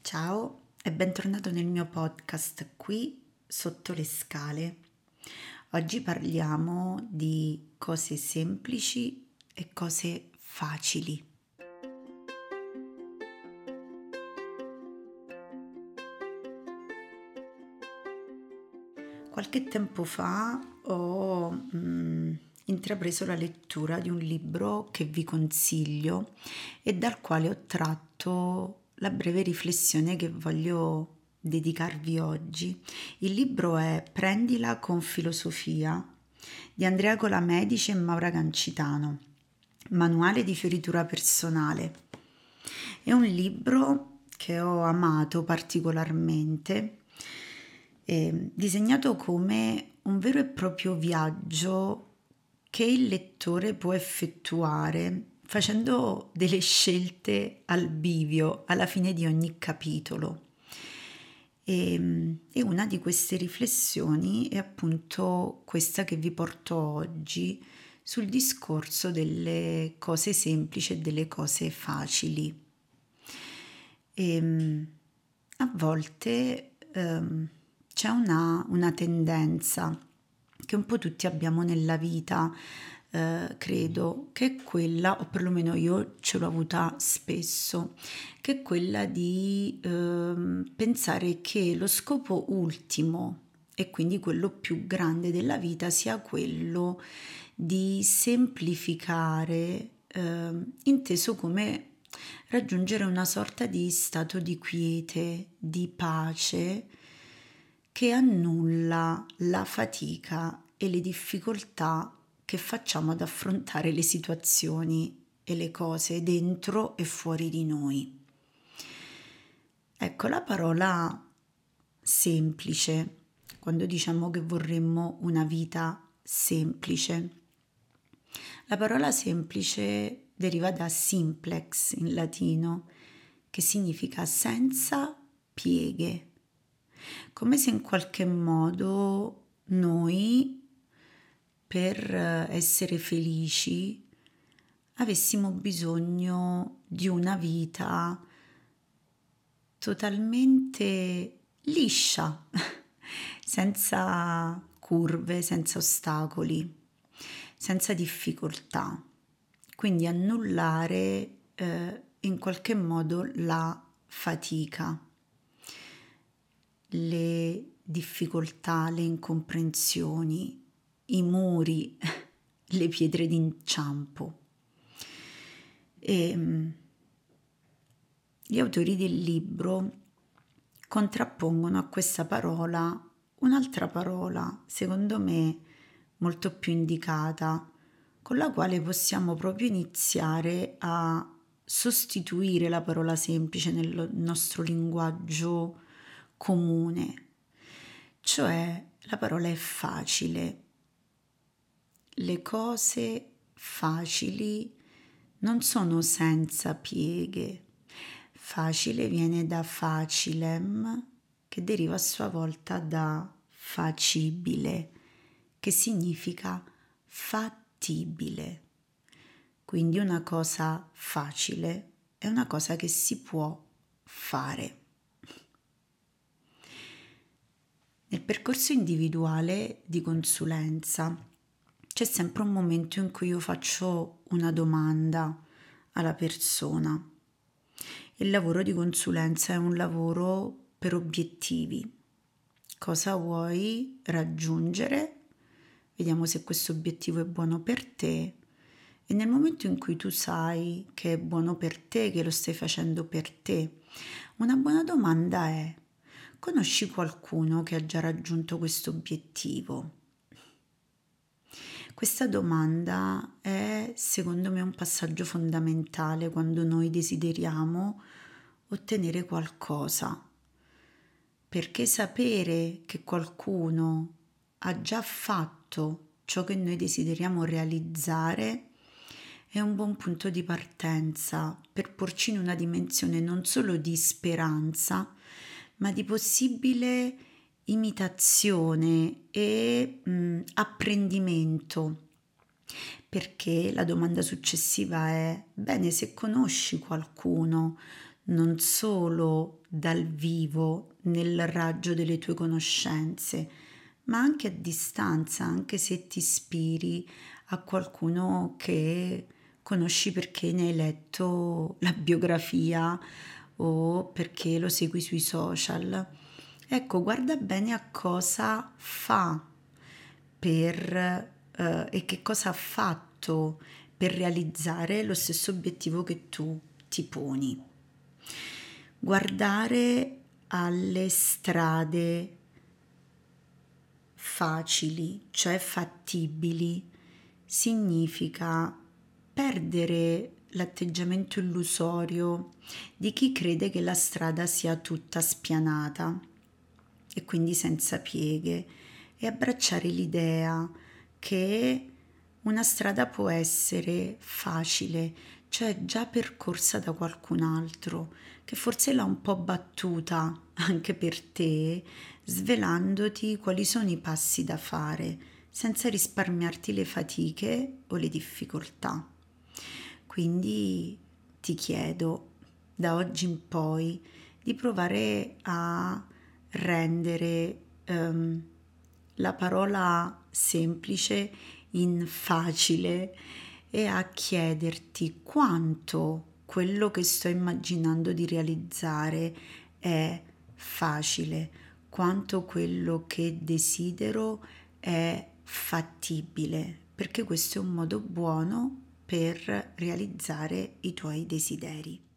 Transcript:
Ciao e bentornato nel mio podcast qui sotto le scale. Oggi parliamo di cose semplici e cose facili. Qualche tempo fa ho intrapreso la lettura di un libro che vi consiglio e dal quale ho tratto la breve riflessione che voglio dedicarvi oggi. Il libro è Prendila con filosofia di Andrea Colamedici e Maura Cancitano, manuale di fioritura personale. È un libro che ho amato particolarmente, disegnato come un vero e proprio viaggio che il lettore può effettuare facendo delle scelte al bivio alla fine di ogni capitolo. E una di queste riflessioni è appunto questa che vi porto oggi sul discorso delle cose semplici e delle cose facili. A volte c'è una tendenza che un po' tutti abbiamo nella vita, credo, che è quella, o perlomeno io ce l'ho avuta spesso, che è quella di pensare che lo scopo ultimo e quindi quello più grande della vita sia quello di semplificare, inteso come raggiungere una sorta di stato di quiete, di pace, che annulla la fatica e le difficoltà che facciamo ad affrontare le situazioni e le cose dentro e fuori di noi. Ecco, la parola semplice, quando diciamo che vorremmo una vita semplice, la parola semplice deriva da simplex in latino, che significa senza pieghe, come se in qualche modo noi, per essere felici, avessimo bisogno di una vita totalmente liscia, senza curve, senza ostacoli, senza difficoltà. Quindi annullare in qualche modo la fatica, le difficoltà, le incomprensioni, i muri, le pietre d'inciampo. E gli autori del libro contrappongono a questa parola un'altra parola, secondo me molto più indicata, con la quale possiamo proprio iniziare a sostituire la parola semplice nel nostro linguaggio comune, cioè la parola è facile. Le cose facili non sono senza pieghe. Facile viene da facilem, che deriva a sua volta da facibile, che significa fattibile. Quindi una cosa facile è una cosa che si può fare. Nel percorso individuale di consulenza c'è sempre un momento in cui io faccio una domanda alla persona. Il lavoro di consulenza è un lavoro per obiettivi. Cosa vuoi raggiungere? Vediamo se questo obiettivo è buono per te. E nel momento in cui tu sai che è buono per te, che lo stai facendo per te, una buona domanda è: conosci qualcuno che ha già raggiunto questo obiettivo? Questa domanda è, secondo me, un passaggio fondamentale quando noi desideriamo ottenere qualcosa, perché sapere che qualcuno ha già fatto ciò che noi desideriamo realizzare è un buon punto di partenza per porci in una dimensione non solo di speranza, ma di possibile imitazione e apprendimento. Perché la domanda successiva è: bene, se conosci qualcuno, non solo dal vivo, nel raggio delle tue conoscenze, ma anche a distanza, anche se ti ispiri a qualcuno che conosci perché ne hai letto la biografia o perché lo segui sui social. Ecco, guarda bene a cosa fa e che cosa ha fatto per realizzare lo stesso obiettivo che tu ti poni. Guardare alle strade facili, cioè fattibili, significa perdere l'atteggiamento illusorio di chi crede che la strada sia tutta spianata e quindi senza pieghe e abbracciare l'idea che una strada può essere facile, cioè già percorsa da qualcun altro, che forse l'ha un po' battuta anche per te, svelandoti quali sono i passi da fare, senza risparmiarti le fatiche o le difficoltà. Quindi ti chiedo da oggi in poi di provare a rendere la parola semplice in facile e a chiederti quanto quello che sto immaginando di realizzare è facile, quanto quello che desidero è fattibile, perché questo è un modo buono per realizzare i tuoi desideri.